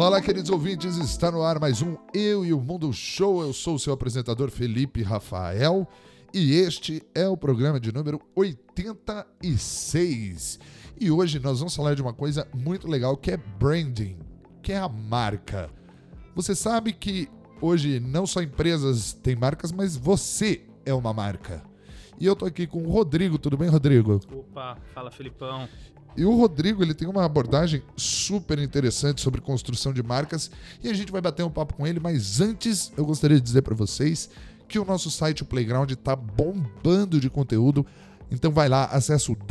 Olá, queridos ouvintes, está no ar mais um Eu e o Mundo Show. Eu sou o seu apresentador Felipe Rafael e este é o programa de número 86. E hoje nós vamos falar de uma coisa muito legal que é branding, que é a marca. Você sabe que hoje não só empresas têm marcas, mas você é uma marca. E eu tô aqui com o Rodrigo, tudo bem, Rodrigo? Opa, fala Felipão. E o Rodrigo, ele tem uma abordagem super interessante sobre construção de marcas e a gente vai bater um papo com ele, mas antes eu gostaria de dizer para vocês que o nosso site, o Playground, tá bombando de conteúdo. Então vai lá, acessa o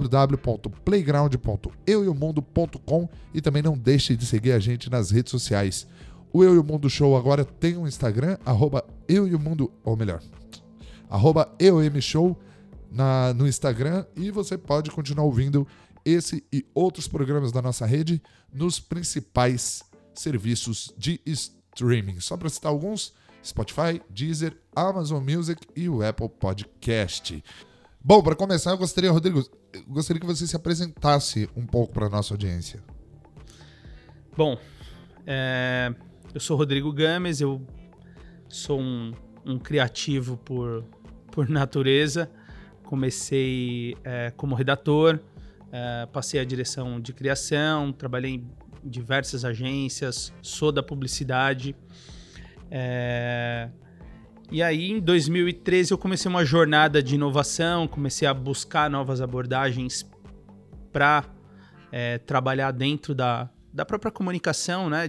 www.playground.eueomundo.com e também não deixe de seguir a gente nas redes sociais. O Eu e o Mundo Show agora tem um Instagram, @eueomundo, ou melhor, @eumshow no Instagram, e você pode continuar ouvindo esse e outros programas da nossa rede nos principais serviços de streaming. Só para citar alguns: Spotify, Deezer, Amazon Music e o Apple Podcast. Bom, para começar, Rodrigo, eu gostaria que você se apresentasse um pouco para a nossa audiência. Bom, eu sou Rodrigo Games, eu sou um criativo por natureza. Comecei como redator, passei a direção de criação, trabalhei em diversas agências, sou da publicidade. E aí, em 2013, eu comecei uma jornada de inovação, comecei a buscar novas abordagens para trabalhar dentro da própria comunicação, né,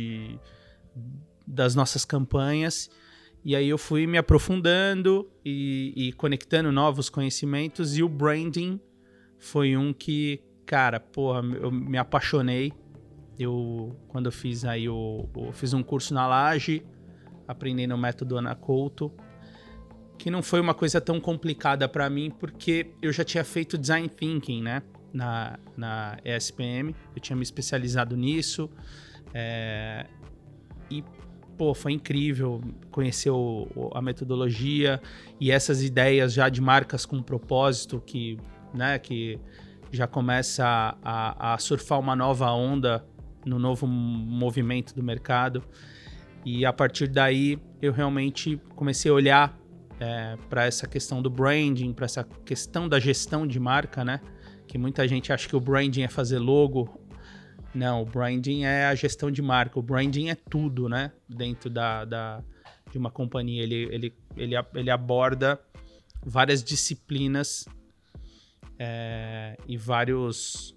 das nossas campanhas. E aí eu fui me aprofundando e conectando novos conhecimentos, e o branding foi um que, cara, eu me apaixonei. Quando eu fiz aí, eu fiz um curso na Laje, aprendendo o método Ana Couto, que não foi uma coisa tão complicada para mim, porque eu já tinha feito Design Thinking, né, na ESPM, eu tinha me especializado nisso, e foi incrível conhecer a metodologia e essas ideias já de marcas com propósito que já começa a surfar uma nova onda no novo movimento do mercado. E a partir daí eu realmente comecei a olhar para essa questão do branding, para essa questão da gestão de marca, né? Que muita gente acha que o branding é fazer logo. Não, o branding é a gestão de marca. O branding é tudo, né? Dentro de uma companhia. Ele aborda várias disciplinas e vários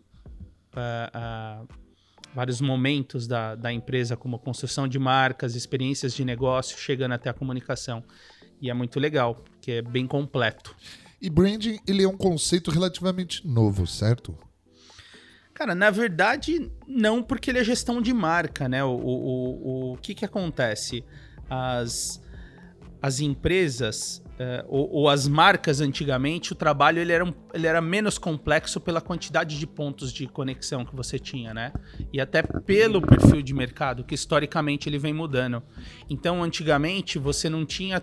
momentos da empresa, como construção de marcas, experiências de negócio, chegando até a comunicação. E é muito legal, porque é bem completo. E branding, ele é um conceito relativamente novo, certo? Cara, na verdade, não, porque ele é gestão de marca, né? O que acontece? As empresas ou as marcas, antigamente, o trabalho ele era menos complexo pela quantidade de pontos de conexão que você tinha, né? E até pelo perfil de mercado, que historicamente ele vem mudando. Então, antigamente, você não tinha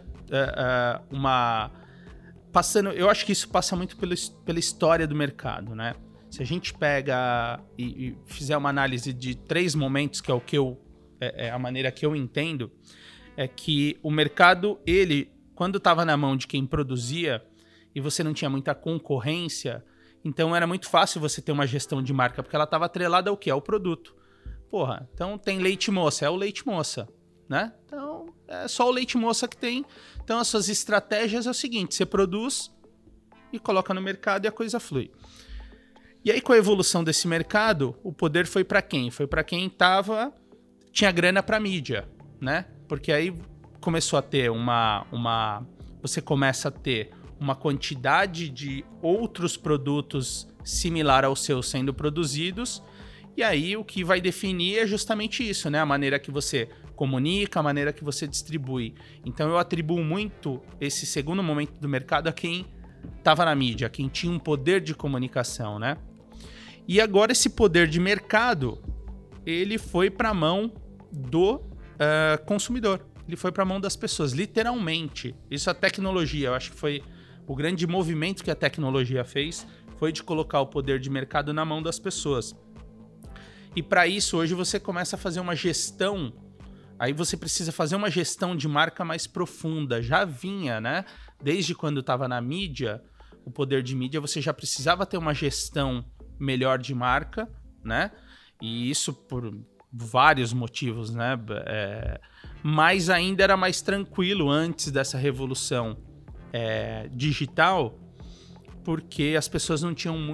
eu acho que isso passa muito pela história do mercado, né? Se a gente pega e fizer uma análise de 3 momentos, que é o que a maneira que eu entendo, é que o mercado, quando estava na mão de quem produzia e você não tinha muita concorrência, então era muito fácil você ter uma gestão de marca, porque ela estava atrelada ao quê? Ao produto. Então tem leite moça, é o leite moça, né? Então é só o leite moça que tem. Então as suas estratégias é o seguinte: você produz e coloca no mercado e a coisa flui. E aí, com a evolução desse mercado, o poder foi para quem? Foi para quem tinha grana para mídia, né? Porque aí começou a ter você começa a ter uma quantidade de outros produtos similar ao seu sendo produzidos, e aí o que vai definir é justamente isso, né? A maneira que você comunica, a maneira que você distribui. Então eu atribuo muito esse segundo momento do mercado a quem estava na mídia, a quem tinha um poder de comunicação, né? E agora esse poder de mercado, ele foi para a mão do consumidor. Ele foi para a mão das pessoas, literalmente. Isso a tecnologia, eu acho que foi o grande movimento que a tecnologia fez, foi de colocar o poder de mercado na mão das pessoas. E para isso, hoje você começa a fazer uma gestão. Aí você precisa fazer uma gestão de marca mais profunda. Já vinha, né? Desde quando estava na mídia, o poder de mídia, você já precisava ter uma gestão melhor de marca, né? E isso por vários motivos, né? Mas ainda era mais tranquilo antes dessa revolução digital, porque as pessoas não tinham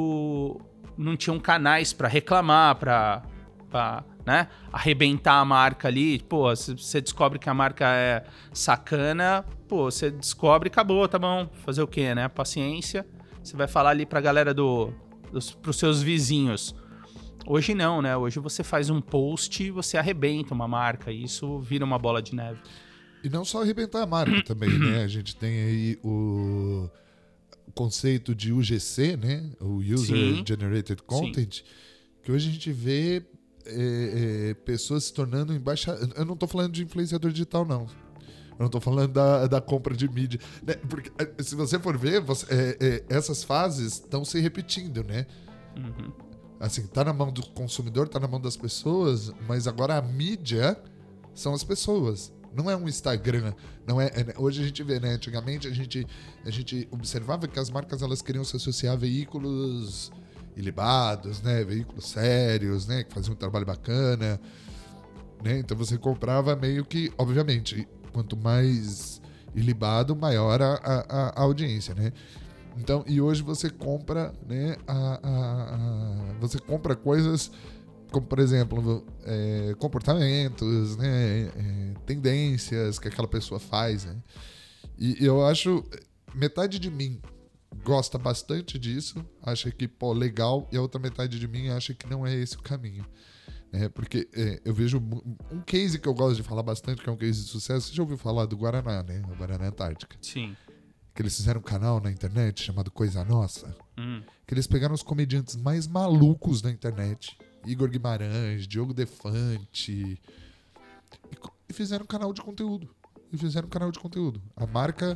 canais para reclamar, para né, arrebentar a marca ali. Pô, você descobre que a marca é sacana, pô, você descobre e acabou, tá bom. Fazer o quê, né? Paciência. Você vai falar ali pra galera pros seus vizinhos. Hoje não, né? Hoje você faz um post e você arrebenta uma marca e isso vira uma bola de neve. E não só arrebentar a marca também, né? A gente tem aí o conceito de UGC, né? O User Generated Content, que hoje a gente vê pessoas se tornando embaixadores. Eu não tô falando de influenciador digital, não. Eu não tô falando da compra de mídia. Né? Porque se você for ver, essas fases estão se repetindo, né? Uhum. Assim, tá na mão do consumidor, tá na mão das pessoas, mas agora a mídia são as pessoas. Não é um Instagram, não é. Hoje a gente vê, né? Antigamente a gente observava que as marcas elas queriam se associar a veículos ilibados, né? Veículos sérios, né? Que faziam um trabalho bacana, né? Então você comprava meio que, obviamente, quanto mais ilibado, maior a audiência, né? Então, e hoje você compra, né? Você compra coisas como, por exemplo, comportamentos, né? Tendências que aquela pessoa faz, né? E eu acho, metade de mim gosta bastante disso, acha que, pô, legal, e a outra metade de mim acha que não é esse o caminho. Porque eu vejo um case que eu gosto de falar bastante, que é um case de sucesso. Você já ouviu falar do Guaraná, né? O Guaraná Antártica. Sim. Que eles fizeram um canal na internet chamado Coisa Nossa. Que eles pegaram os comediantes mais malucos da internet. Igor Guimarães, Diogo Defante. E fizeram um canal de conteúdo. A marca,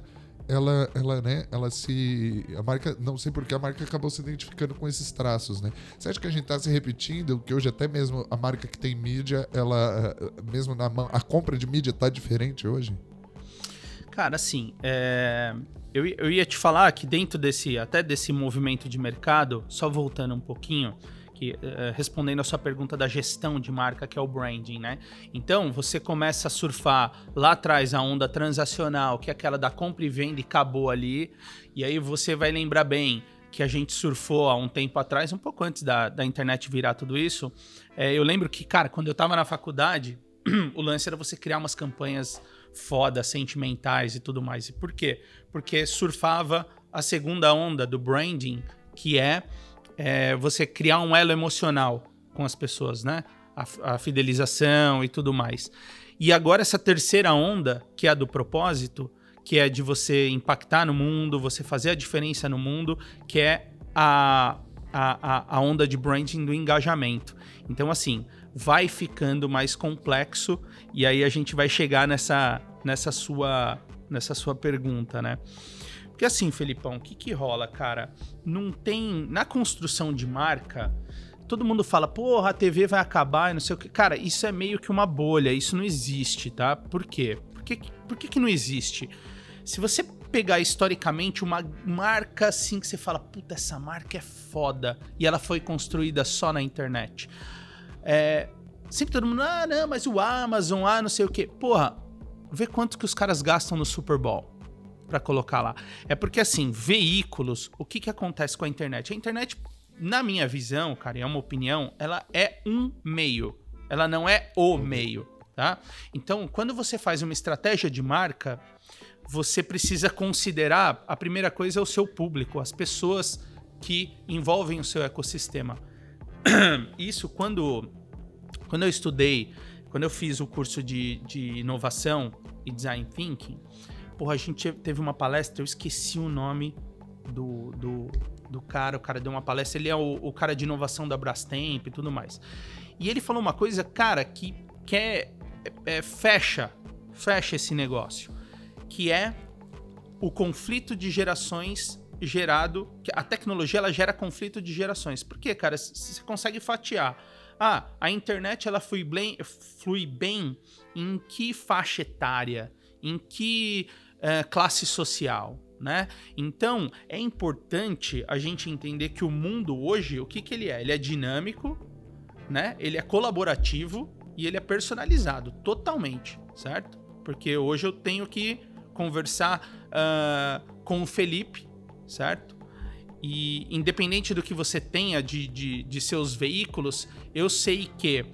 a marca, não sei porque a marca acabou se identificando com esses traços, né? Você acha que a gente tá se repetindo, que hoje até mesmo a marca que tem mídia, ela, mesmo a compra de mídia tá diferente hoje? Cara, assim, eu ia te falar que dentro desse movimento de mercado, só voltando um pouquinho, respondendo a sua pergunta da gestão de marca, que é o branding, né? Então, você começa a surfar lá atrás a onda transacional, que é aquela da compra e venda e acabou ali. E aí você vai lembrar bem que a gente surfou há um tempo atrás, um pouco antes da internet virar tudo isso. Eu lembro que, cara, quando eu tava na faculdade, o lance era você criar umas campanhas fodas, sentimentais e tudo mais. E por quê? Porque surfava a segunda onda do branding, que é você criar um elo emocional com as pessoas, né? A fidelização e tudo mais. E agora essa terceira onda, que é a do propósito, que é de você impactar no mundo, você fazer a diferença no mundo, que é a onda de branding do engajamento. Então, assim, vai ficando mais complexo e aí a gente vai chegar nessa sua pergunta, né? Porque assim, Felipão, o que rola, cara? Não tem... Na construção de marca, todo mundo fala, porra, a TV vai acabar e não sei o que. Cara, isso é meio que uma bolha, isso não existe, tá? Por quê? Por que não existe? Se você pegar historicamente uma marca assim que você fala, puta, essa marca é foda, e ela foi construída só na internet. Sempre todo mundo, não, mas o Amazon, não sei o que. Porra, vê quanto que os caras gastam no Super Bowl pra colocar lá. É porque, assim, veículos, o que acontece com a internet? A internet, na minha visão, cara, e é uma opinião, ela é um meio. Ela não é o meio, tá? Então, quando você faz uma estratégia de marca, você precisa considerar, a primeira coisa é o seu público, as pessoas que envolvem o seu ecossistema. Isso, quando eu estudei, quando eu fiz o curso de inovação e design thinking, porra, a gente teve uma palestra, eu esqueci o nome do cara, o cara deu uma palestra, ele é o cara de inovação da Brastemp e tudo mais. E ele falou uma coisa, cara, que fecha esse negócio, que é o conflito de gerações gerado... A tecnologia, ela gera conflito de gerações. Por quê, cara? Você consegue fatiar a internet ela flui bem em que faixa etária, em que classe social, né? Então, é importante a gente entender que o mundo hoje, o que ele é? Ele é dinâmico, né? Ele é colaborativo e ele é personalizado totalmente, certo? Porque hoje eu tenho que conversar com o Felipe, certo? E independente do que você tenha de seus veículos, eu sei que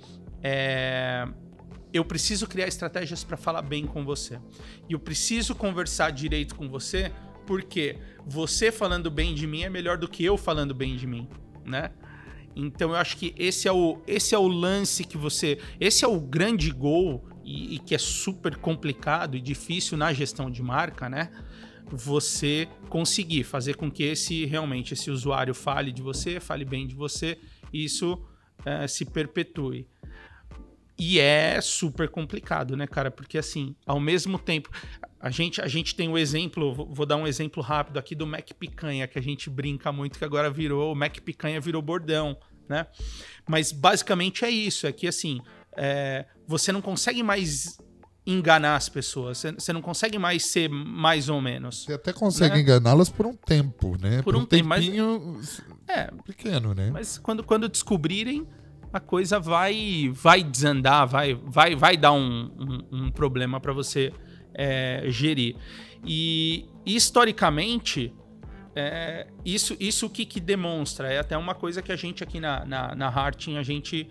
eu preciso criar estratégias para falar bem com você. E eu preciso conversar direito com você, porque você falando bem de mim é melhor do que eu falando bem de mim, né? Então eu acho que esse é o lance que você... Esse é o grande gol e que é super complicado e difícil na gestão de marca, né? Você conseguir fazer com que esse usuário fale de você, fale bem de você, e isso se perpetue. E é super complicado, né, cara? Porque, assim, ao mesmo tempo... A gente tem o exemplo... Vou dar um exemplo rápido aqui do Mac Picanha, que a gente brinca muito, que agora o Mac Picanha virou bordão, né? Mas, basicamente, é isso. É que, assim, você não consegue mais enganar as pessoas. Você não consegue mais ser mais ou menos. Você até consegue enganá-las por um tempo, né? Por um tempinho pequeno, né? Mas quando descobrirem... a coisa vai desandar, vai dar um problema para você gerir. E historicamente, isso o que demonstra? É até uma coisa que a gente aqui na Harting, a gente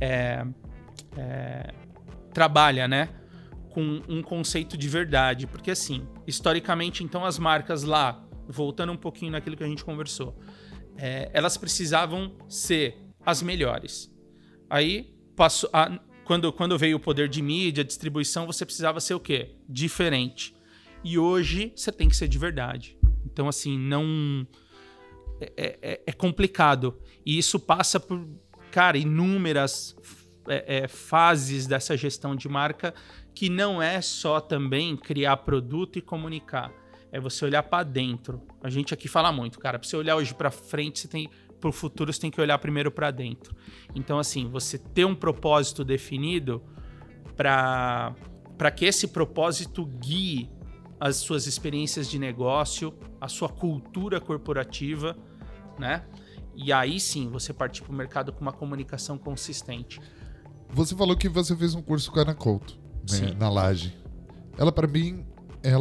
trabalha, né? Com um conceito de verdade. Porque assim, historicamente, então as marcas lá, voltando um pouquinho naquilo que a gente conversou, elas precisavam ser as melhores. Aí, quando veio o poder de mídia, distribuição, você precisava ser o quê? Diferente. E hoje, você tem que ser de verdade. Então, assim, não... É complicado. E isso passa por, cara, inúmeras fases dessa gestão de marca, que não é só também criar produto e comunicar. É você olhar para dentro. A gente aqui fala muito, cara. Para você olhar hoje para frente, pro futuro você tem que olhar primeiro para dentro. Então, assim, você ter um propósito definido para que esse propósito guie as suas experiências de negócio, a sua cultura corporativa, né? E aí sim, você partir para o mercado com uma comunicação consistente. Você falou que você fez um curso com a Ana Couto, né, na Laje. Ela, para mim, é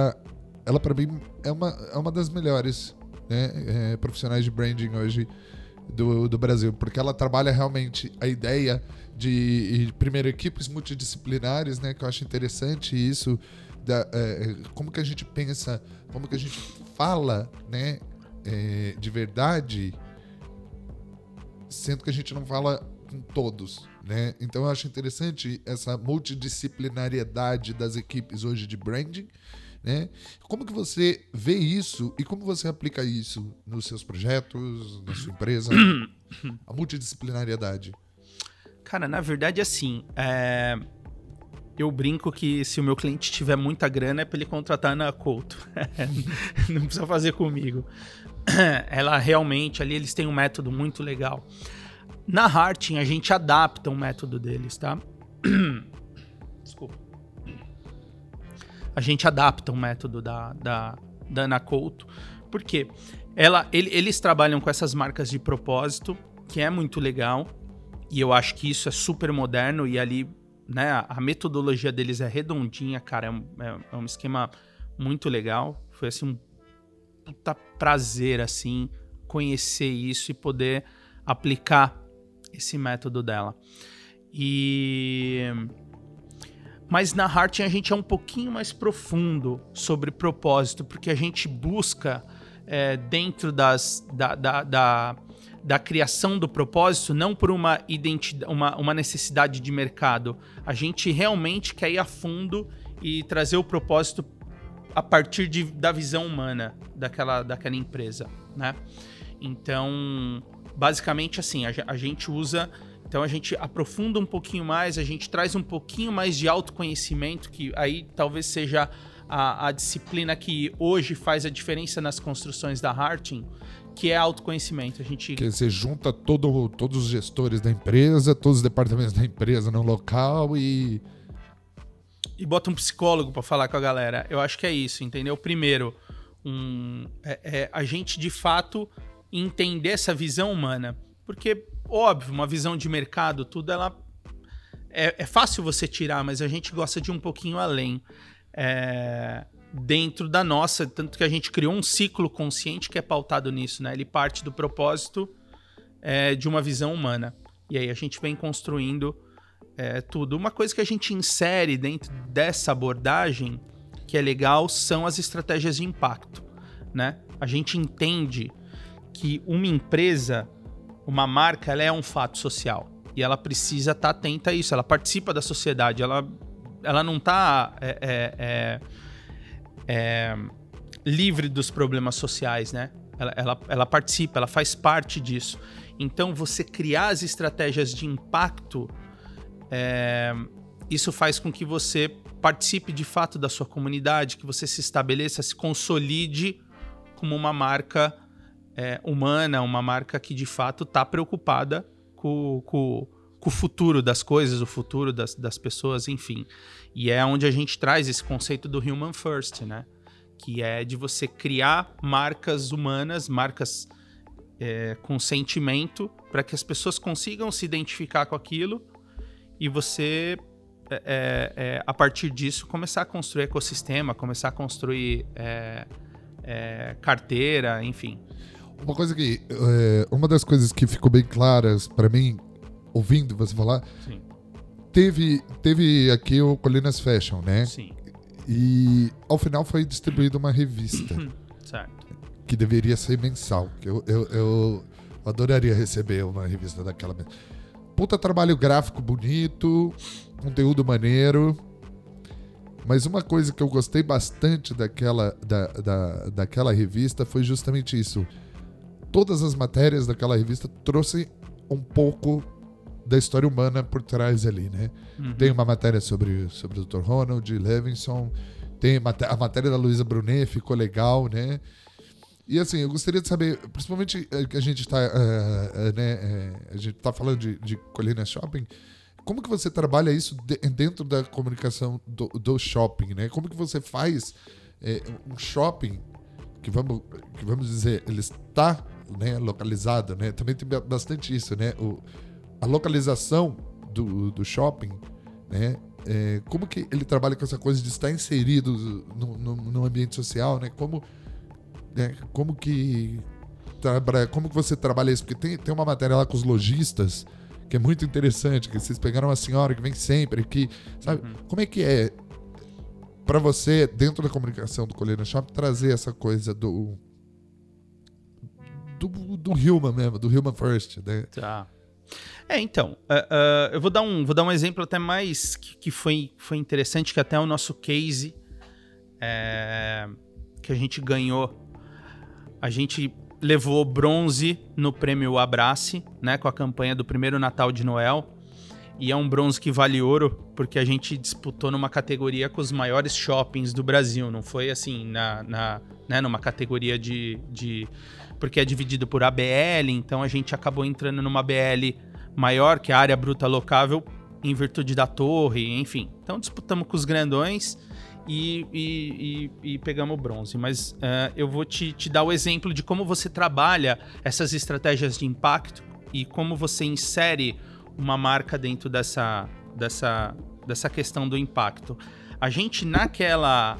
uma das melhores, né, profissionais de branding hoje do Brasil, porque ela trabalha realmente a ideia de primeiro, equipes multidisciplinares, né, que eu acho interessante isso, como que a gente pensa, como que a gente fala, né, de verdade, sendo que a gente não fala com todos, né? Então eu acho interessante essa multidisciplinariedade das equipes hoje de branding, né? Como que você vê isso e como você aplica isso nos seus projetos, na sua empresa? A multidisciplinariedade. Cara, na verdade, assim, eu brinco que se o meu cliente tiver muita grana é para ele contratar a Ana Couto. Não precisa fazer comigo. Ela realmente, ali eles têm um método muito legal. Na Harting, a gente adapta um método deles, tá? Desculpa. A gente adapta um método da Ana Couto. Por quê? Eles trabalham com essas marcas de propósito, que é muito legal. E eu acho que isso é super moderno. E ali, né, a metodologia deles é redondinha, cara. É um esquema muito legal. Foi assim um puta prazer, assim, conhecer isso e poder aplicar esse método dela. Mas na Harting a gente é um pouquinho mais profundo sobre propósito, porque a gente busca dentro da criação do propósito, não por uma necessidade de mercado. A gente realmente quer ir a fundo e trazer o propósito a partir da visão humana daquela empresa, né? Então, basicamente assim, a gente usa Então a gente aprofunda um pouquinho mais, a gente traz um pouquinho mais de autoconhecimento, que aí talvez seja a disciplina que hoje faz a diferença nas construções da Harting, que é autoconhecimento. Que você junta todos os gestores da empresa, todos os departamentos da empresa no local e bota um psicólogo para falar com a galera. Eu acho que é isso, entendeu? Primeiro, a gente de fato entender essa visão humana. Porque, óbvio, uma visão de mercado, tudo ela é fácil você tirar, mas a gente gosta de ir um pouquinho além. Dentro da nossa, tanto que a gente criou um ciclo consciente que é pautado nisso, né? Ele parte do propósito de uma visão humana. E aí a gente vem construindo tudo. Uma coisa que a gente insere dentro dessa abordagem, que é legal, são as estratégias de impacto, né? A gente entende que uma empresa, uma marca, ela é um fato social. E ela precisa estar atenta a isso. Ela participa da sociedade. Ela não está livre dos problemas sociais, né? Ela participa, ela faz parte disso. Então, você criar as estratégias de impacto, isso faz com que você participe de fato da sua comunidade, que você se estabeleça, se consolide como uma marca humana, uma marca que de fato está preocupada com o futuro das coisas, o futuro das pessoas, enfim. E é onde a gente traz esse conceito do Human First, né? Que é de você criar marcas humanas, marcas com sentimento, para que as pessoas consigam se identificar com aquilo e você, a partir disso, começar a construir ecossistema, começar a construir carteira, enfim. Uma das coisas que ficou bem claras para mim, ouvindo você falar, sim, teve aqui o Colinas Fashion, né? Sim. E ao final foi distribuída uma revista. Certo. Que deveria ser mensal. Eu adoraria receber uma revista daquela. Puta trabalho gráfico bonito, conteúdo maneiro. Mas uma coisa que eu gostei bastante daquela revista foi justamente isso. Todas as matérias daquela revista trouxeram um pouco da história humana por trás ali, né? Uhum. Tem uma matéria sobre o Dr. Ronald Levinson, tem a matéria da Luísa Brunet, ficou legal, né? E assim, eu gostaria de saber, principalmente que a gente tá falando de Colinas Shopping, como que você trabalha isso dentro da comunicação do shopping, né? Como que você faz um shopping que vamos dizer, ele está, né, localizado, né? Também tem bastante isso, né? A localização do shopping, né? Como que ele trabalha com essa coisa de estar inserido no ambiente social, né? Como que você trabalha isso? Porque tem uma matéria lá com os lojistas que é muito interessante, que vocês pegaram uma senhora que vem sempre, que, sabe? Uhum. Como é que é para você, dentro da comunicação do Colinas Shopping, trazer essa coisa do human mesmo, do human first, né? Tá. Então, eu vou dar um exemplo até mais que foi interessante, que até o nosso case que a gente ganhou, a gente levou bronze no prêmio Abrace, né, com a campanha do primeiro Natal de Noel, e é um bronze que vale ouro, porque a gente disputou numa categoria com os maiores shoppings do Brasil, não foi assim, numa categoria porque é dividido por ABL, então a gente acabou entrando numa BL maior, que é a área bruta locável, em virtude da torre, enfim. Então disputamos com os grandões e pegamos o bronze. Mas eu vou te dar o exemplo de como você trabalha essas estratégias de impacto e como você insere uma marca dentro dessa questão do impacto. A gente, naquela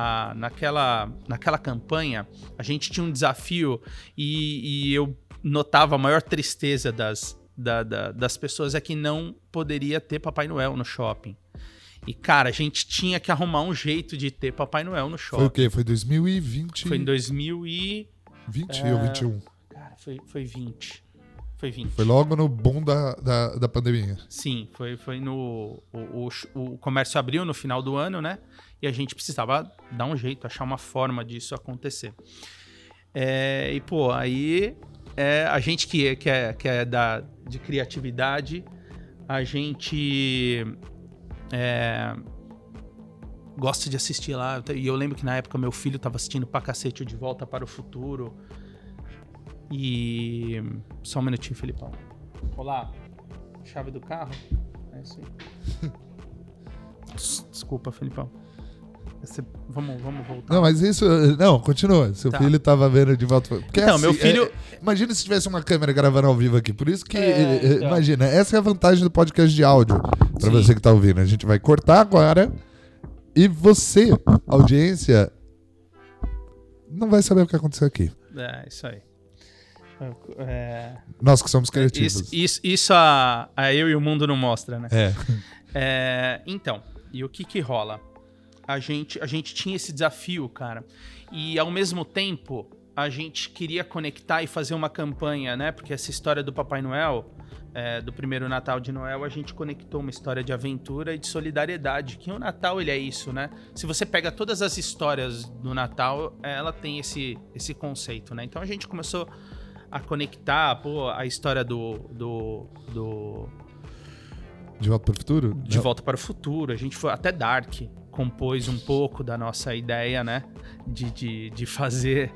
campanha, a gente tinha um desafio e eu notava a maior tristeza das pessoas é que não poderia ter Papai Noel no shopping. E, cara, a gente tinha que arrumar um jeito de ter Papai Noel no shopping. Foi o quê? Foi 2020? Foi em 2020 ou 21? Cara, foi 20. Foi 20. Foi logo no boom da pandemia. Sim, foi no... O comércio abriu no final do ano, né? E a gente precisava dar um jeito, achar uma forma disso acontecer. E, pô, aí... a gente que é de criatividade, a gente gosta de assistir lá. E eu lembro que na época meu filho tava assistindo pra cacete o De Volta para o Futuro. E... Só um minutinho, Felipão. Olá. Chave do carro? É isso aí. Desculpa, Felipão. Vamos voltar. Não, mas isso... Não, continua. Seu filho tava vendo De Volta... Porque então, meu filho... imagina se tivesse uma câmera gravando ao vivo aqui. Por isso que... Imagina, essa é a vantagem do podcast de áudio. Pra você que tá ouvindo. A gente vai cortar agora... E você, audiência, não vai saber o que aconteceu aqui. É, isso aí. Nós que somos criativos. Isso a eu e o mundo não mostra, né? Então, e o que rola? A gente tinha esse desafio, cara. E ao mesmo tempo, a gente queria conectar e fazer uma campanha, né? Porque essa história do Papai Noel... do primeiro Natal de Noel, a gente conectou uma história de aventura e de solidariedade, que o Natal, ele é isso, né? Se você pega todas as histórias do Natal, ela tem esse conceito, né? Então a gente começou a conectar, a história do... De Volta para o Futuro? De Volta para o Futuro. A gente foi até Dark, compôs um pouco da nossa ideia, né? De fazer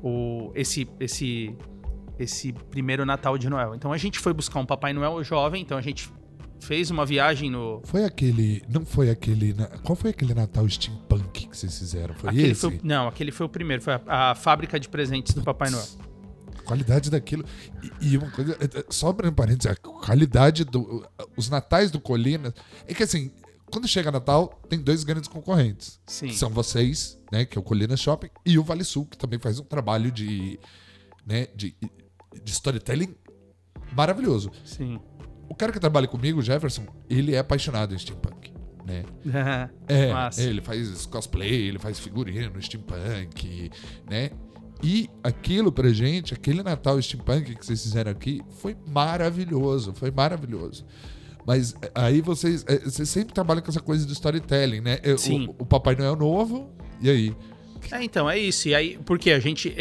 esse primeiro Natal de Noel. Então a gente foi buscar um Papai Noel jovem, então a gente fez uma viagem no... Foi aquele... Não foi aquele... Qual foi aquele Natal steampunk que vocês fizeram? Foi esse? Não, aquele foi o primeiro. Foi a fábrica de presentes do Papai Noel. A qualidade daquilo... E uma coisa... Só abrindo parênteses, a qualidade os natais do Colinas... É que assim, quando chega Natal, tem 2 grandes concorrentes. Sim. Que são vocês, né? Que é o Colinas Shopping, e o Vale Sul, que também faz um trabalho de storytelling maravilhoso. Sim. O cara que trabalha comigo, o Jefferson, ele é apaixonado em steampunk, né? Ele faz cosplay, ele faz figurino steampunk, né? E aquilo pra gente, aquele Natal steampunk que vocês fizeram aqui, foi maravilhoso. Mas aí vocês sempre trabalham com essa coisa do storytelling, né? Sim. O Papai Noel novo, e aí? Então, é isso. E aí, porque a gente...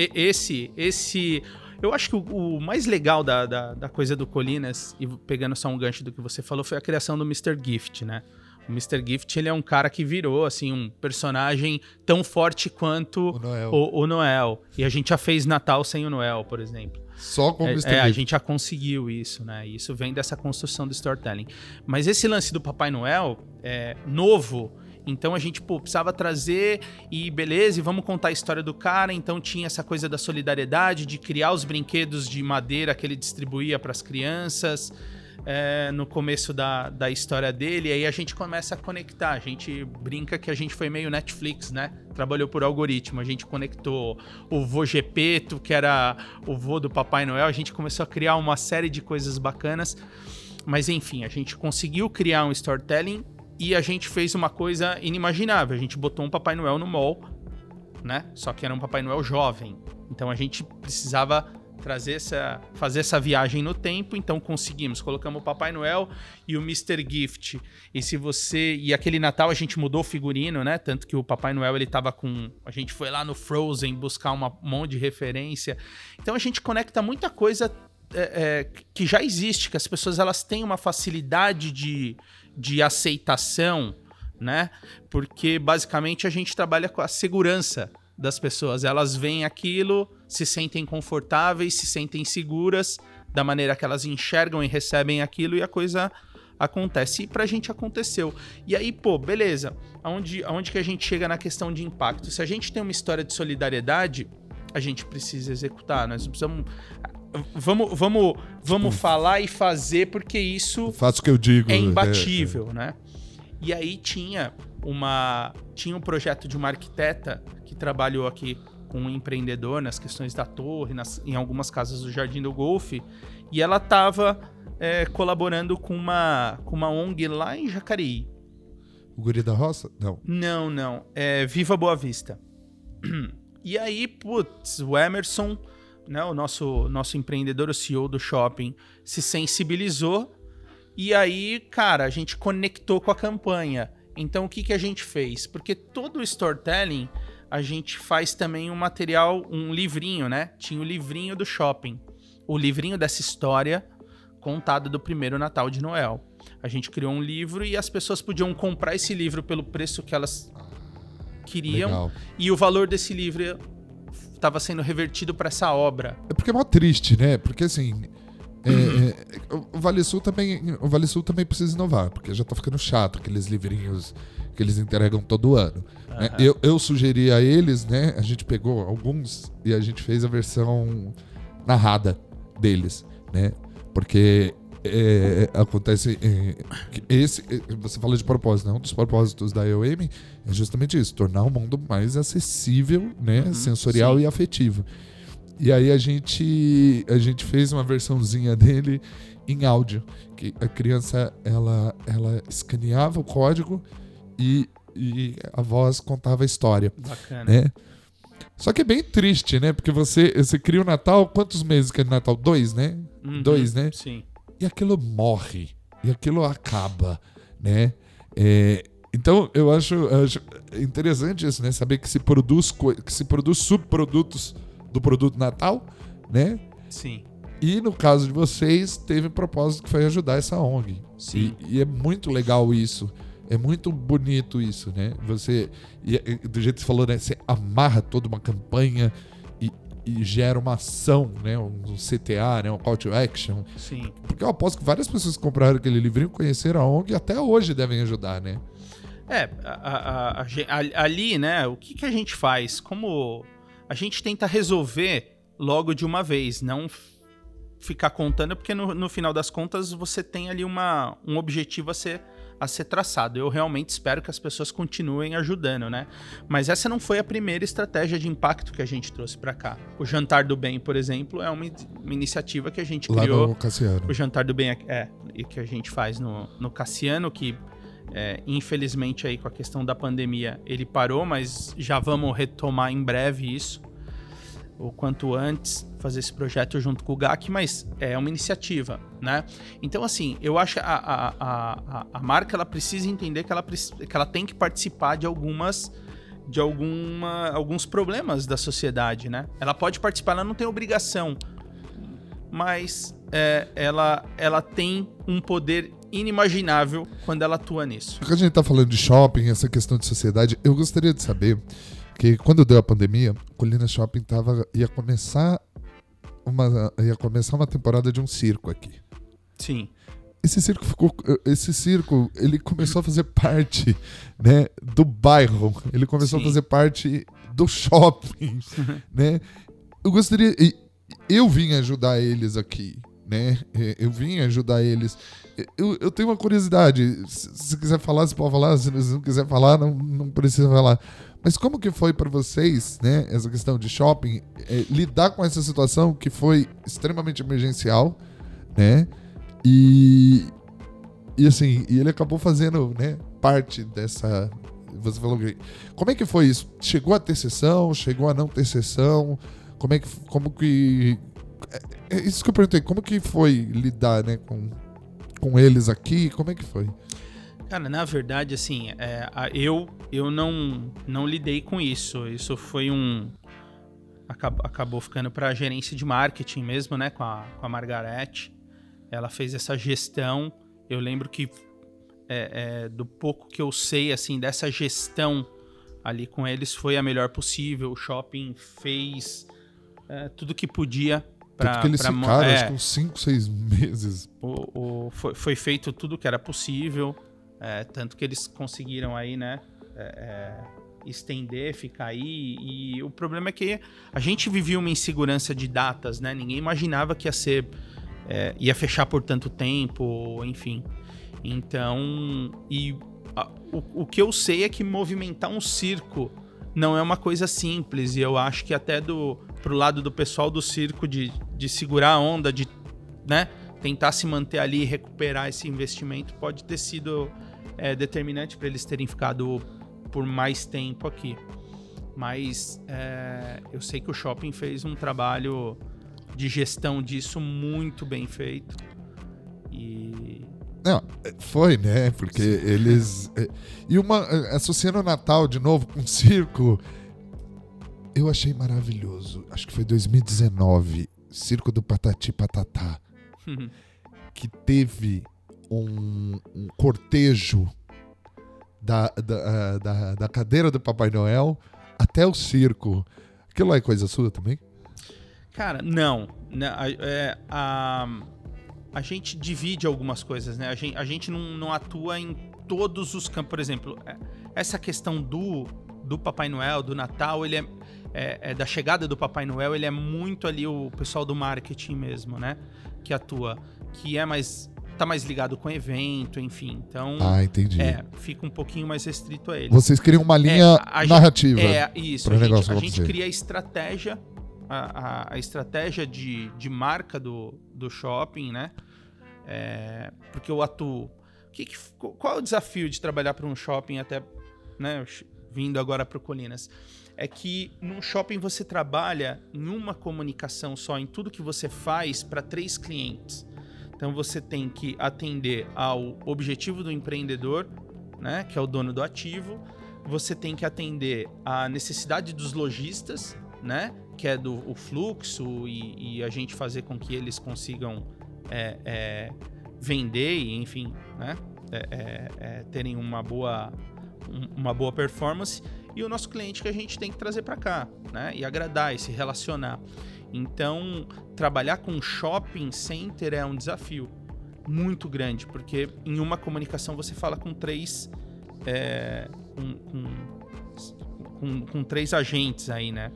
Eu acho que o mais legal da coisa do Colinas, e pegando só um gancho do que você falou, foi a criação do Mr. Gift, né? O Mr. Gift, ele é um cara que virou, assim, um personagem tão forte quanto o Noel. E a gente já fez Natal sem o Noel, por exemplo. Só com o Mr. Gift. A gente já conseguiu isso, né? E isso vem dessa construção do storytelling. Mas esse lance do Papai Noel é novo. Então a gente, precisava trazer e beleza, e vamos contar a história do cara. Então tinha essa coisa da solidariedade, de criar os brinquedos de madeira que ele distribuía para as crianças no começo da história dele. E aí a gente começa a conectar. A gente brinca que a gente foi meio Netflix, né? Trabalhou por algoritmo. A gente conectou o vô Gepeto, que era o vô do Papai Noel. A gente começou a criar uma série de coisas bacanas. Mas enfim, a gente conseguiu criar um storytelling. E a gente fez uma coisa inimaginável. A gente botou um Papai Noel no mall, né? Só que era um Papai Noel jovem. Então a gente precisava fazer essa viagem no tempo. Então conseguimos. Colocamos o Papai Noel e o Mr. Gift. E aquele Natal a gente mudou o figurino, né? Tanto que o Papai Noel, ele tava com... A gente foi lá no Frozen buscar um monte de referência. Então a gente conecta muita coisa que já existe, que as pessoas elas têm uma facilidade de aceitação, né? Porque basicamente a gente trabalha com a segurança das pessoas. Elas veem aquilo, se sentem confortáveis, se sentem seguras da maneira que elas enxergam e recebem aquilo e a coisa acontece. E pra gente aconteceu. E aí, beleza. Aonde que a gente chega na questão de impacto? Se a gente tem uma história de solidariedade, a gente precisa executar. Nós precisamos... Vamos falar e fazer, porque isso faço o que eu digo, é imbatível, né? E aí tinha um projeto de uma arquiteta que trabalhou aqui com um empreendedor nas questões da torre, em algumas casas do Jardim do Golfe, e ela estava colaborando com uma ONG lá em Jacareí. O Guri da Roça? Não. É Viva Boa Vista. E aí, o Emerson... né, o nosso empreendedor, o CEO do shopping, se sensibilizou e aí, cara, a gente conectou com a campanha. Então, o que a gente fez? Porque todo o storytelling, a gente faz também um material, um livrinho, né? Tinha o livrinho do shopping, o livrinho dessa história contada do primeiro Natal de Noel. A gente criou um livro e as pessoas podiam comprar esse livro pelo preço que elas queriam. Legal. E o valor desse livro estava sendo revertido para essa obra. É porque é mó triste, né? Porque assim, o Vale Sul também precisa inovar, porque já tá ficando chato aqueles livrinhos que eles entregam todo ano. Né? Eu sugeri a eles, né? A gente pegou alguns e a gente fez a versão narrada deles, né? Porque acontece que você fala de propósito, né? Um dos propósitos da EOM é justamente isso, tornar o mundo mais acessível, né? Sensorial sim. e afetivo. E aí a gente fez uma versãozinha dele em áudio, que a criança ela escaneava o código e a voz contava a história. Bacana. Né? Só que é bem triste, né? Porque você cria o Natal, quantos meses que é o Natal? 2, né? 2, né? Sim. E aquilo morre, e aquilo acaba, né? Então eu acho interessante isso, né? Saber que se produz subprodutos do produto Natal, né? Sim. E no caso de vocês, teve um propósito que foi ajudar essa ONG. Sim. E é muito legal isso. É muito bonito isso, né? Você, do jeito que você falou, né? Você amarra toda uma campanha e gera uma ação, né? Um CTA, né? Um Call to Action. Sim. Porque eu aposto que várias pessoas que compraram aquele livrinho conheceram a ONG e até hoje devem ajudar, né? Ali, né? O que a gente faz? Como a gente tenta resolver logo de uma vez, não ficar contando, porque no final das contas você tem ali um objetivo a ser traçado. Eu realmente espero que as pessoas continuem ajudando, né? Mas essa não foi a primeira estratégia de impacto que a gente trouxe para cá. O Jantar do Bem, por exemplo, é uma iniciativa que a gente criou. Lá no Cassiano. O Jantar do Bem e que a gente faz no Cassiano, que infelizmente aí com a questão da pandemia ele parou, mas já vamos retomar em breve isso, o quanto antes, fazer esse projeto junto com o GAC, mas é uma iniciativa, né? Então, assim, eu acho que a marca ela precisa entender que ela tem que participar de alguns problemas da sociedade, né? Ela pode participar, ela não tem obrigação, mas ela tem um poder inimaginável quando ela atua nisso. Porque a gente tá falando de shopping, essa questão de sociedade, eu gostaria de saber que quando deu a pandemia, Colina Shopping ia começar uma temporada de um circo aqui. Sim. Esse circo, ele começou a fazer parte, né, do bairro. Ele começou a fazer parte do shopping, né? Eu vim ajudar eles aqui, né? Eu vim ajudar eles. Eu tenho uma curiosidade. Se quiser falar, você pode falar. Se não quiser falar, não precisa falar. Mas como que foi para vocês, né, essa questão de shopping, lidar com essa situação que foi extremamente emergencial, né? E assim, ele acabou fazendo, né, parte dessa. Você falou que. Como é que foi isso? Chegou a ter sessão? Chegou a não ter sessão? Como que é isso que eu perguntei. Como que foi lidar, né, com eles aqui? Como é que foi? Cara, na verdade, assim, eu não lidei com isso. Isso foi acabou ficando para a gerência de marketing mesmo, né, com a Margarete. Ela fez essa gestão. Eu lembro que do pouco que eu sei, assim, dessa gestão ali com eles foi a melhor possível. O shopping fez tudo que podia. Tanto que eles ficaram, acho que uns 5, 6 meses. Foi feito tudo que era possível. Tanto que eles conseguiram aí, né, estender, ficar aí. E o problema é que a gente vivia uma insegurança de datas, né? Ninguém imaginava que ia fechar por tanto tempo, enfim. Então, o que eu sei é que movimentar um circo não é uma coisa simples. E eu acho que até pro lado do pessoal do circo de segurar a onda, de, né, tentar se manter ali e recuperar esse investimento pode ter sido determinante para eles terem ficado por mais tempo aqui. Mas eu sei que o shopping fez um trabalho de gestão disso muito bem feito. Não, foi, né? Porque eles... associando o Natal de novo com circo, eu achei maravilhoso. Acho que foi 2019, Circo do Patati Patatá, que teve um cortejo da cadeira do Papai Noel até o circo. Aquilo lá é coisa sua também? Cara, não. A gente divide algumas coisas, né? A gente não atua em todos os campos. Por exemplo, essa questão do Papai Noel, do Natal, ele da chegada do Papai Noel, ele é muito ali o pessoal do marketing mesmo, né? Que atua, que tá mais ligado com evento, enfim. Então, entendi. Fica um pouquinho mais restrito a ele. Vocês criam uma linha narrativa. Isso. A gente cria a estratégia, a estratégia de marca do shopping, né? Porque eu atuo... Qual é o desafio de trabalhar para um shopping até, né, vindo agora para o Colinas? É que num shopping você trabalha em uma comunicação só, em tudo que você faz para 3 clientes. Então você tem que atender ao objetivo do empreendedor, né, que é o dono do ativo. Você tem que atender à necessidade dos lojistas, né, que é o fluxo e a gente fazer com que eles consigam vender e, enfim, né, terem uma boa performance. E o nosso cliente que a gente tem que trazer para cá, né, e agradar e se relacionar. Então, trabalhar com shopping center é um desafio muito grande, porque em uma comunicação você fala com 3 com 3 agentes aí, né?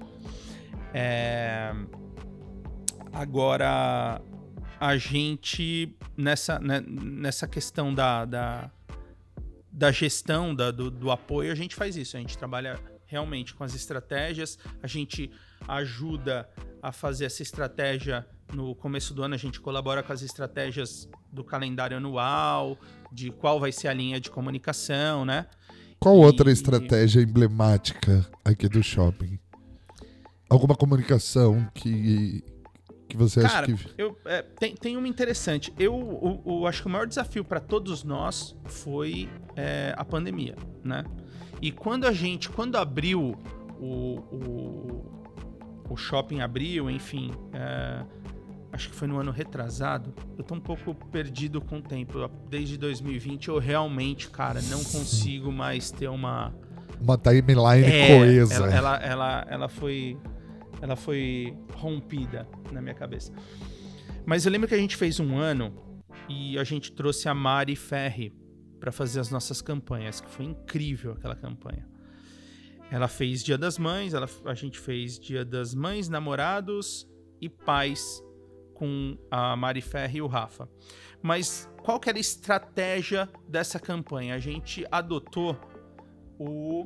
Agora, a gente, nessa questão da gestão, do apoio, a gente faz isso. A gente trabalha realmente com as estratégias, a gente ajuda a fazer essa estratégia no começo do ano, a gente colabora com as estratégias do calendário anual, de qual vai ser a linha de comunicação, né? Qual outra estratégia emblemática aqui do shopping? Alguma comunicação que você acha que... Tem uma interessante. Eu acho que o maior desafio para todos nós foi a pandemia, né? E quando abriu o shopping abriu, enfim, acho que foi no ano retrasado, eu tô um pouco perdido com o tempo. Desde 2020 eu realmente, cara, não consigo mais ter uma timeline coesa. Ela foi rompida na minha cabeça. Mas eu lembro que a gente fez um ano e a gente trouxe a Mari Ferri para fazer as nossas campanhas, que foi incrível aquela campanha. Ela fez Dia das Mães, a gente fez Dia das Mães, Namorados e Pais com a Mari Ferri e o Rafa. Mas qual que era a estratégia dessa campanha? A gente adotou o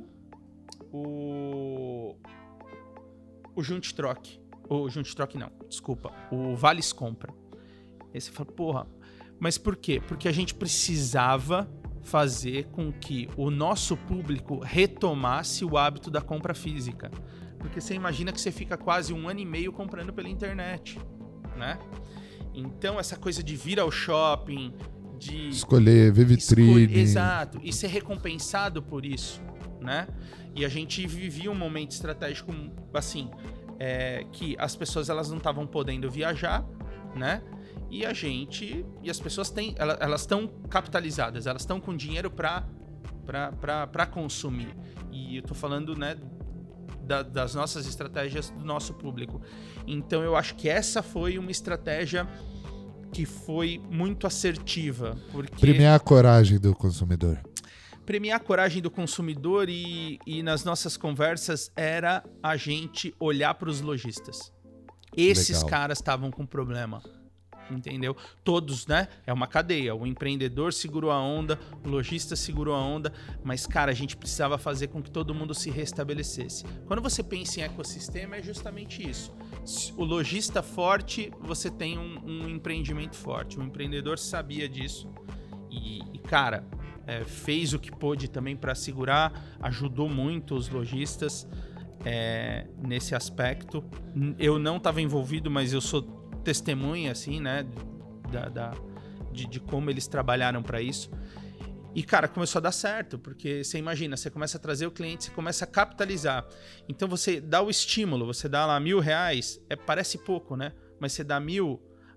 Junte Troque. O Junte Troque não, desculpa. O Vales Compra. Aí você fala, porra, mas por quê? Porque a gente precisava fazer com que o nosso público retomasse o hábito da compra física. Porque você imagina que você fica quase 1 ano e meio comprando pela internet, né? Então, essa coisa de vir ao shopping, de... escolher, ver vitrine... Exato, e ser recompensado por isso, né? E a gente vivia um momento estratégico, assim, que as pessoas elas não estavam podendo viajar, né? E as pessoas elas estão capitalizadas, elas estão com dinheiro para consumir. E eu tô falando, né, das nossas estratégias do nosso público. Então eu acho que essa foi uma estratégia que foi muito assertiva. Porque premiar a coragem do consumidor. Premiar a coragem do consumidor e nas nossas conversas era a gente olhar para os lojistas. Esses caras estavam com problema. Entendeu? Todos, né? É uma cadeia. O empreendedor segurou a onda, o lojista segurou a onda, mas, cara, a gente precisava fazer com que todo mundo se restabelecesse. Quando você pensa em ecossistema, é justamente isso. O lojista forte, você tem um empreendimento forte. O empreendedor sabia disso e cara, fez o que pôde também para segurar, ajudou muito os lojistas nesse aspecto. Eu não estava envolvido, mas eu sou testemunha, assim, né, de como eles trabalharam para isso. E, cara, começou a dar certo, porque você imagina, você começa a trazer o cliente, você começa a capitalizar. Então, você dá o estímulo, você dá lá R$1.000, parece pouco, né? Mas você dá 1.000,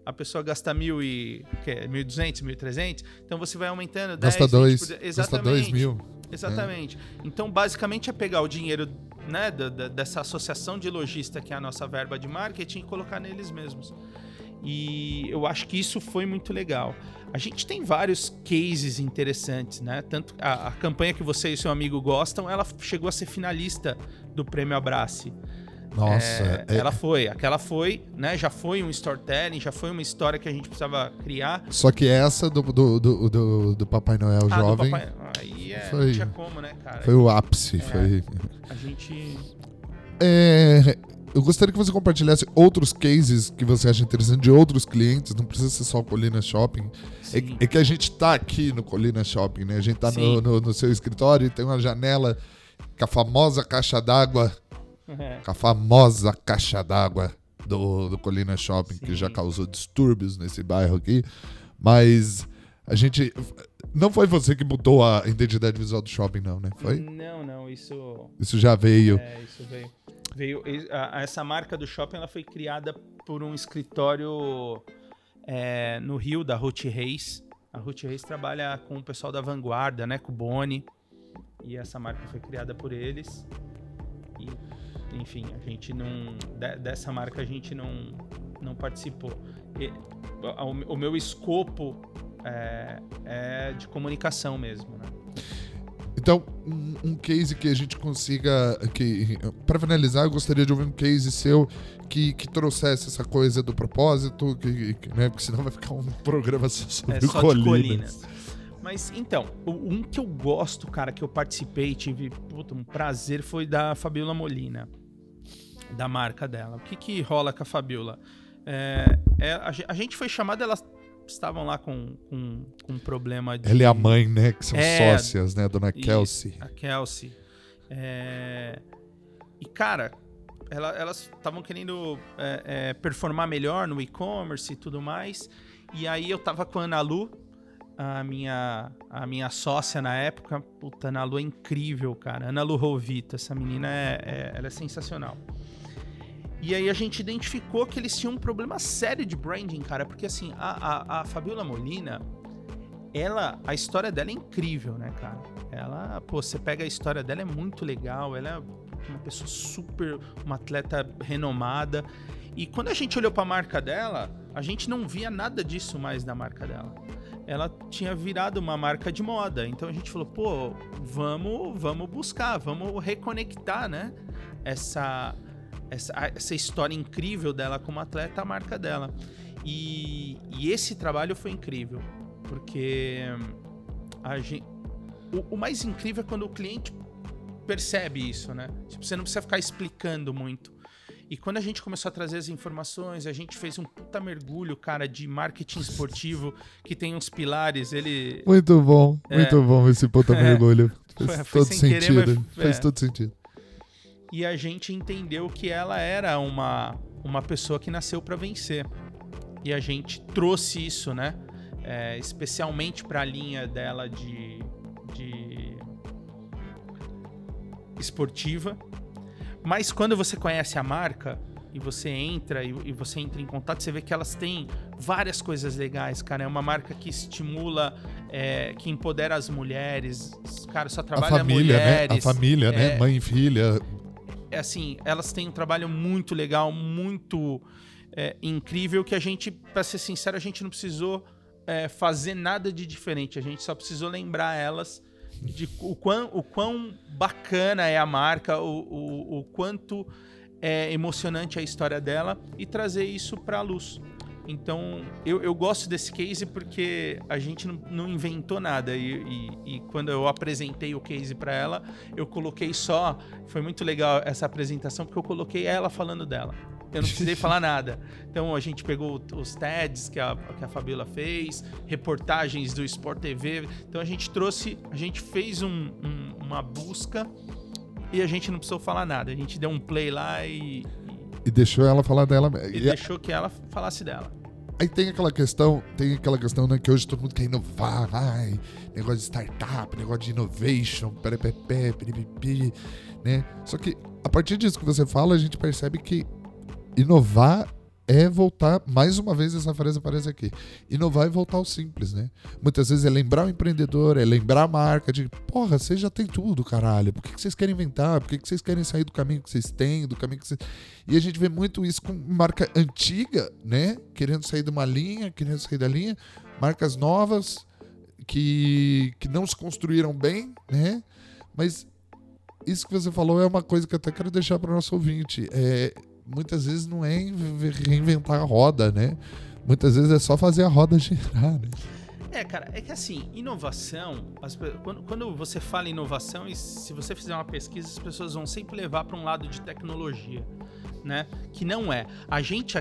a pessoa gasta 1.200, 1.300, então você vai aumentando 10, Gasta 2, 20%. gasta 2.000. Exatamente. Então, basicamente, é pegar o dinheiro, né, dessa associação de lojista, que é a nossa verba de marketing, e colocar neles mesmos. E eu acho que isso foi muito legal. A gente tem vários cases interessantes, né? Tanto a campanha que você e seu amigo gostam, ela chegou a ser finalista do Prêmio Abrace. Nossa. Aquela foi, né? Já foi um storytelling, já foi uma história que a gente precisava criar. Só que essa do Papai Noel jovem... Aí foi, não tinha como, né, cara? Foi o ápice. Foi... A gente... Eu gostaria que você compartilhasse outros cases que você acha interessante de outros clientes, não precisa ser só o Colina Shopping. É que a gente tá aqui no Colina Shopping, né? A gente tá no seu escritório e tem uma janela com a famosa caixa d'água, do Colina Shopping, que já causou distúrbios nesse bairro aqui. Mas a gente... Não foi você que mudou a identidade visual do shopping, não, né? Foi? Não, isso... Isso já veio. Isso veio. Essa marca do shopping, ela foi criada por um escritório no Rio, da Ruth Reis. A Ruth Reis trabalha com o pessoal da Vanguarda, né? Com o Boni. E essa marca foi criada por eles. E, enfim, a gente não... Dessa marca a gente não participou. O meu escopo é de comunicação mesmo, né? Então, um case que a gente consiga... Para finalizar, eu gostaria de ouvir um case seu que trouxesse essa coisa do propósito, né? Porque senão vai ficar um programa sobre colinas. Mas, então, um que eu gosto, cara, que eu participei, tive um prazer, foi da Fabiola Molina, da marca dela. O que rola com a Fabiola? A gente foi chamada, elas estavam lá com um problema de... Ela e a mãe, né? Que são sócias, né? A dona Kelsey. A Kelsey. E, cara, elas estavam querendo performar melhor no e-commerce e tudo mais. E aí eu tava com a Ana Lu, a minha sócia na época. Puta, a Ana Lu é incrível, cara. Ana Lu Rovita, essa menina, ela é sensacional. E aí a gente identificou que eles tinham um problema sério de branding, cara. Porque, assim, a Fabiola Molina, a história dela é incrível, né, cara? Você pega a história dela, é muito legal. Ela é uma pessoa uma atleta renomada. E quando a gente olhou pra marca dela, a gente não via nada disso mais da marca dela. Ela tinha virado uma marca de moda. Então a gente falou, vamos buscar, vamos reconectar, né? Essa história incrível dela como atleta, a marca dela. E esse trabalho foi incrível, porque o mais incrível é quando o cliente percebe isso, né? Tipo, você não precisa ficar explicando muito. E quando a gente começou a trazer as informações, a gente fez um puta mergulho, cara, de marketing esportivo, que tem uns pilares, Muito bom esse puta mergulho. Faz todo sentido. Faz todo sentido. E a gente entendeu que ela era uma pessoa que nasceu para vencer. E a gente trouxe isso, né? Especialmente para a linha dela de esportiva. Mas quando você conhece a marca e você entra em contato, você vê que elas têm várias coisas legais, cara. É uma marca que estimula, que empodera as mulheres. Cara, só trabalha mulheres. Né? A família, né? Mãe e filha. Assim, elas têm um trabalho muito legal, muito incrível, que a gente, pra ser sincero, a gente não precisou fazer nada de diferente. A gente só precisou lembrar elas de o quão bacana é a marca, o quanto é emocionante a história dela e trazer isso pra luz. Então, eu gosto desse case porque a gente não inventou nada. E quando eu apresentei o case para ela, eu coloquei Foi muito legal essa apresentação, porque eu coloquei ela falando dela. Eu não precisei falar nada. Então, a gente pegou os TEDs que a Fabiola fez, reportagens do Sport TV. Então, a gente fez uma busca e a gente não precisou falar nada. A gente deu um play lá e deixou ela falar dela. E deixou que ela falasse dela. Aí tem aquela questão, né, que hoje todo mundo quer inovar, negócio de startup, negócio de innovation, né? Só que a partir disso que você fala, a gente percebe que inovar é voltar, mais uma vez essa frase aparece aqui, inovar e voltar ao simples, né? Muitas vezes é lembrar o empreendedor, é lembrar a marca de, porra, vocês já tem tudo, caralho, por que vocês querem inventar? Por que vocês querem sair do caminho que vocês têm, do caminho que vocês... E a gente vê muito isso com marca antiga, né? Querendo sair de uma linha, querendo sair da linha, marcas novas que não se construíram bem, né? Mas isso que você falou é uma coisa que eu até quero deixar para o nosso ouvinte, muitas vezes não é reinventar a roda, né? Muitas vezes é só fazer a roda girar, né? Cara, é que assim, inovação, quando você fala inovação, e se você fizer uma pesquisa, as pessoas vão sempre levar para um lado de tecnologia, né? Que não é. A gente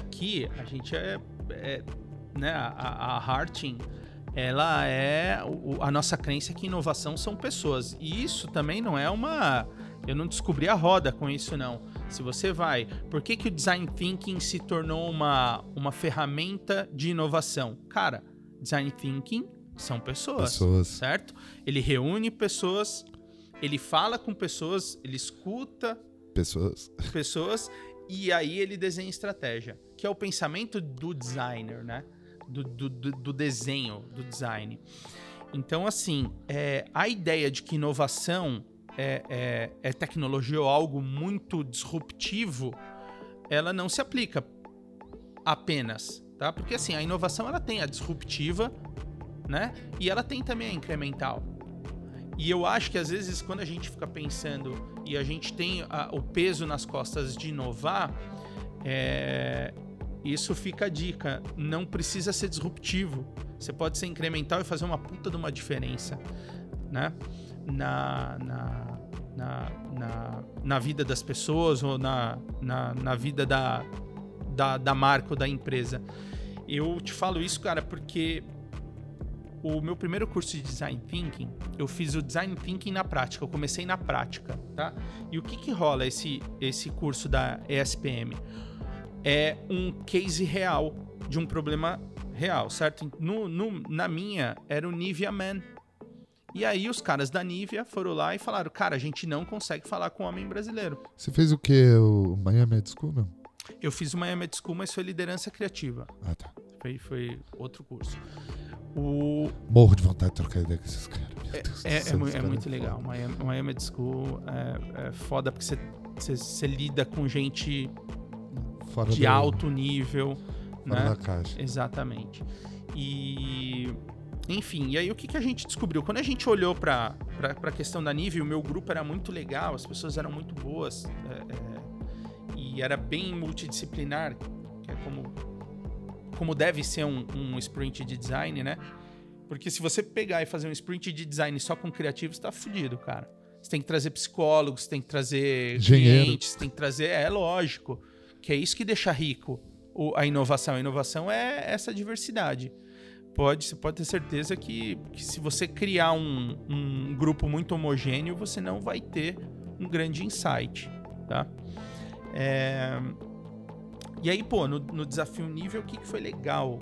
né? A Harting, ela é a nossa crença é que inovação são pessoas. E isso também não é eu não descobri a roda com isso, não. Se você vai... Por que o Design Thinking se tornou uma ferramenta de inovação? Cara, Design Thinking são pessoas, certo? Ele reúne pessoas, ele fala com pessoas, ele escuta pessoas e aí ele desenha estratégia, que é o pensamento do designer, né? Do desenho, do design. Então, assim, a ideia de que inovação é tecnologia ou algo muito disruptivo, ela não se aplica apenas, tá? Porque, assim, a inovação, ela tem a disruptiva, né? E ela tem também a incremental. E eu acho que, às vezes, quando a gente fica pensando e a gente tem o peso nas costas de inovar, isso fica a dica. Não precisa ser disruptivo. Você pode ser incremental e fazer uma puta de uma diferença, né? Na vida das pessoas ou na vida da marca ou da empresa. Eu te falo isso, cara, porque o meu primeiro curso de Design Thinking, eu fiz o Design Thinking na prática. Eu comecei na prática, tá? E o que rola esse curso da ESPM? É um case real de um problema real, certo? Na minha, era o Nivea Man. E aí os caras da Nivea foram lá e falaram, cara, a gente não consegue falar com o homem brasileiro. Você fez o quê? O Miami Ed School, não? Eu fiz o Miami Ed School, mas foi liderança criativa. Ah, tá. Foi outro curso. Morro de vontade de trocar ideia com esses caras. É muito legal. O Miami Ed School é foda porque você lida com gente fora de alto nível. Fora, né? Da caixa. Exatamente. Enfim, e aí o que a gente descobriu? Quando a gente olhou para a questão da Nivea, o meu grupo era muito legal, as pessoas eram muito boas, e era bem multidisciplinar, que é como deve ser um sprint de design, né? Porque se você pegar e fazer um sprint de design só com criativos, você tá fudido, cara. Você tem que trazer psicólogos, você tem que trazer clientes, você tem que trazer... É lógico, que é isso que deixa rico a inovação. A inovação é essa diversidade. Você pode ter certeza que se você criar um grupo muito homogêneo, você não vai ter um grande insight, tá? E aí, pô, no desafio nível, o que foi legal?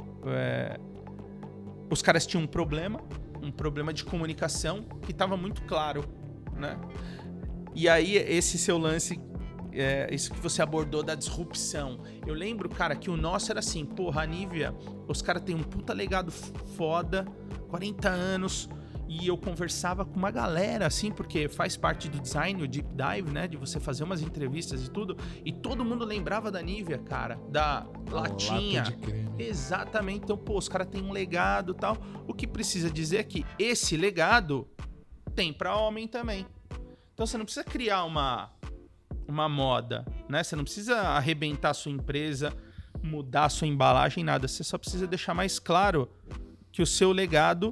Os caras tinham um problema de comunicação que estava muito claro, né? E aí, esse seu lance... isso que você abordou da disrupção. Eu lembro, cara, que o nosso era assim, porra, a Nivea, os caras têm um puta legado foda, 40 anos, e eu conversava com uma galera, assim, porque faz parte do design, o deep dive, né, de você fazer umas entrevistas e tudo, e todo mundo lembrava da Nivea, cara, da latinha. Lata de creme. Exatamente. Então, pô, os caras têm um legado e tal. O que precisa dizer é que esse legado tem pra homem também. Então, você não precisa criar uma moda, né? Você não precisa arrebentar a sua empresa, mudar a sua embalagem, nada. Você só precisa deixar mais claro que o seu legado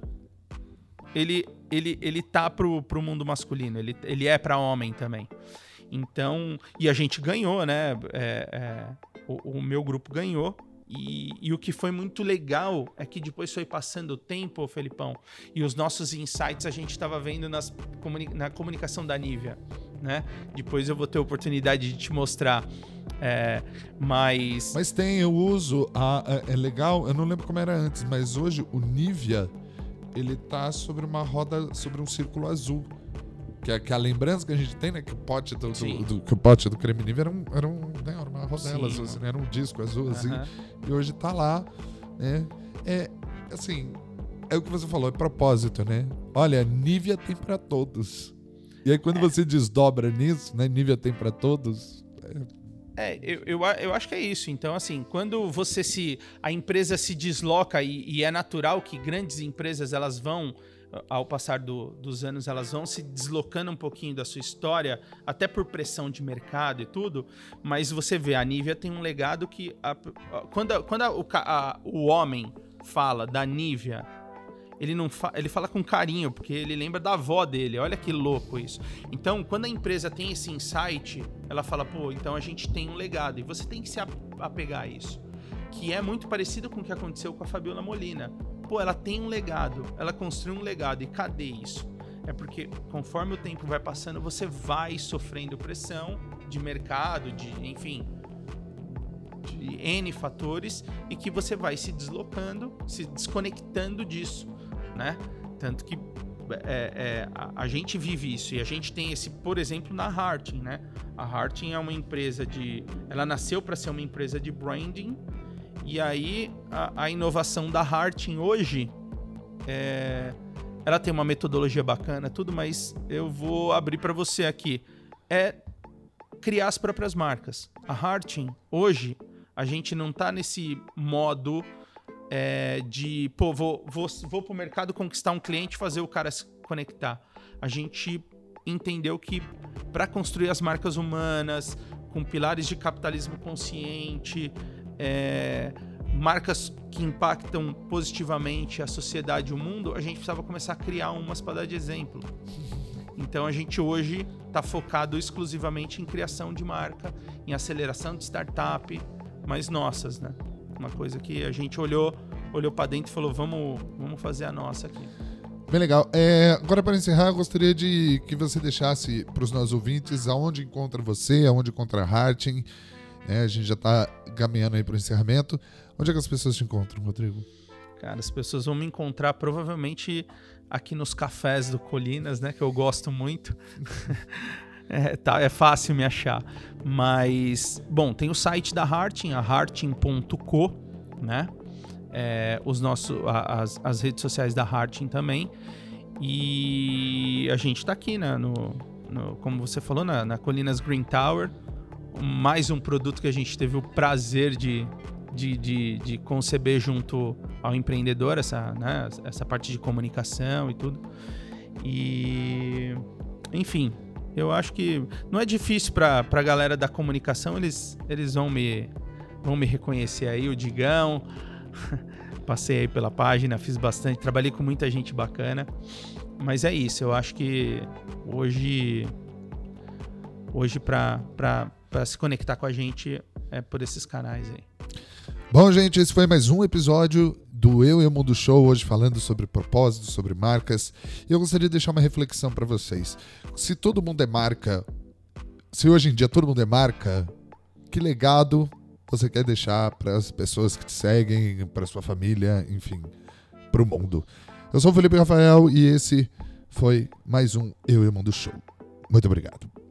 ele tá pro mundo masculino, ele é para homem também. Então, e a gente ganhou, né? O meu grupo ganhou. E o que foi muito legal é que depois foi passando o tempo, Felipão, e os nossos insights a gente estava vendo na comunicação da Nivea, né? Depois eu vou ter a oportunidade de te mostrar. Mas tem, eu uso. É legal, eu não lembro como era antes, mas hoje o Nivea, ele tá sobre uma roda, sobre um círculo azul. Que a lembrança que a gente tem, né? Que o pote Sim. que o pote do creme Nivea era uma rodela, Sim. assim, né? Era um disco azul, assim. E hoje tá lá, né? Assim, é o que você falou, é propósito, né? Olha, Nivea tem pra todos. E aí quando você desdobra nisso, né? Nivea tem pra todos... Eu acho que é isso. Então, assim, quando a empresa se desloca e é natural que grandes empresas, elas vão, ao passar dos anos, elas vão se deslocando um pouquinho da sua história, até por pressão de mercado e tudo, mas você vê, a Nivea tem um legado que, quando o homem fala da Nivea, ele fala com carinho, porque ele lembra da avó dele. Olha que louco isso. Então, quando a empresa tem esse insight, ela fala, pô, então a gente tem um legado. E você tem que se apegar a isso. Que é muito parecido com o que aconteceu com a Fabiola Molina. Pô, ela tem um legado, ela construiu um legado. E cadê isso? É porque conforme o tempo vai passando, você vai sofrendo pressão de mercado, enfim, de N fatores, e que você vai se deslocando, se desconectando disso, né? Tanto que a gente vive isso, e a gente tem esse, por exemplo, na Harting, né? A Harting é uma empresa ela nasceu para ser uma empresa de branding, e aí a inovação da Harting hoje ela tem uma metodologia bacana, tudo, mas eu vou abrir para você aqui. Criar as próprias marcas. A Harting, hoje, a gente não tá nesse modo de, pô, vou pro mercado conquistar um cliente e fazer o cara se conectar. A gente entendeu que para construir as marcas humanas, com pilares de capitalismo consciente, marcas que impactam positivamente a sociedade e o mundo, a gente precisava começar a criar umas para dar de exemplo. Então a gente hoje está focado exclusivamente em criação de marca, em aceleração de startup, mas nossas, né? Uma coisa que a gente olhou para dentro e falou, vamos fazer a nossa aqui. Bem legal. Agora, para encerrar, eu gostaria de que você deixasse para os nossos ouvintes aonde encontra você, aonde encontra a Harting. A gente já está caminhando aí para o encerramento. Onde é que as pessoas te encontram, Rodrigo? Cara, as pessoas vão me encontrar provavelmente aqui nos cafés do Colinas, né? Que eu gosto muito. É fácil me achar. Mas, bom, tem o site da Harting, a harting.co, né? As redes sociais da Harting também. E a gente tá aqui, né? Como você falou, na Colinas Green Tower. Mais um produto que a gente teve o prazer de conceber junto ao empreendedor, essa parte de comunicação e tudo. E, enfim, eu acho que não é difícil para a galera da comunicação, eles vão me reconhecer aí, o Digão. Passei aí pela página, fiz bastante, trabalhei com muita gente bacana. Mas é isso, eu acho que hoje para se conectar com a gente é por esses canais aí. Bom, gente, esse foi mais um episódio do Eu e o Mundo Show, hoje falando sobre propósitos, sobre marcas. E eu gostaria de deixar uma reflexão para vocês. Se todo mundo é marca, se hoje em dia todo mundo é marca, que legado você quer deixar para as pessoas que te seguem, para sua família, enfim, para o mundo? Eu sou o Felipe Rafael e esse foi mais um Eu e o Mundo Show. Muito obrigado.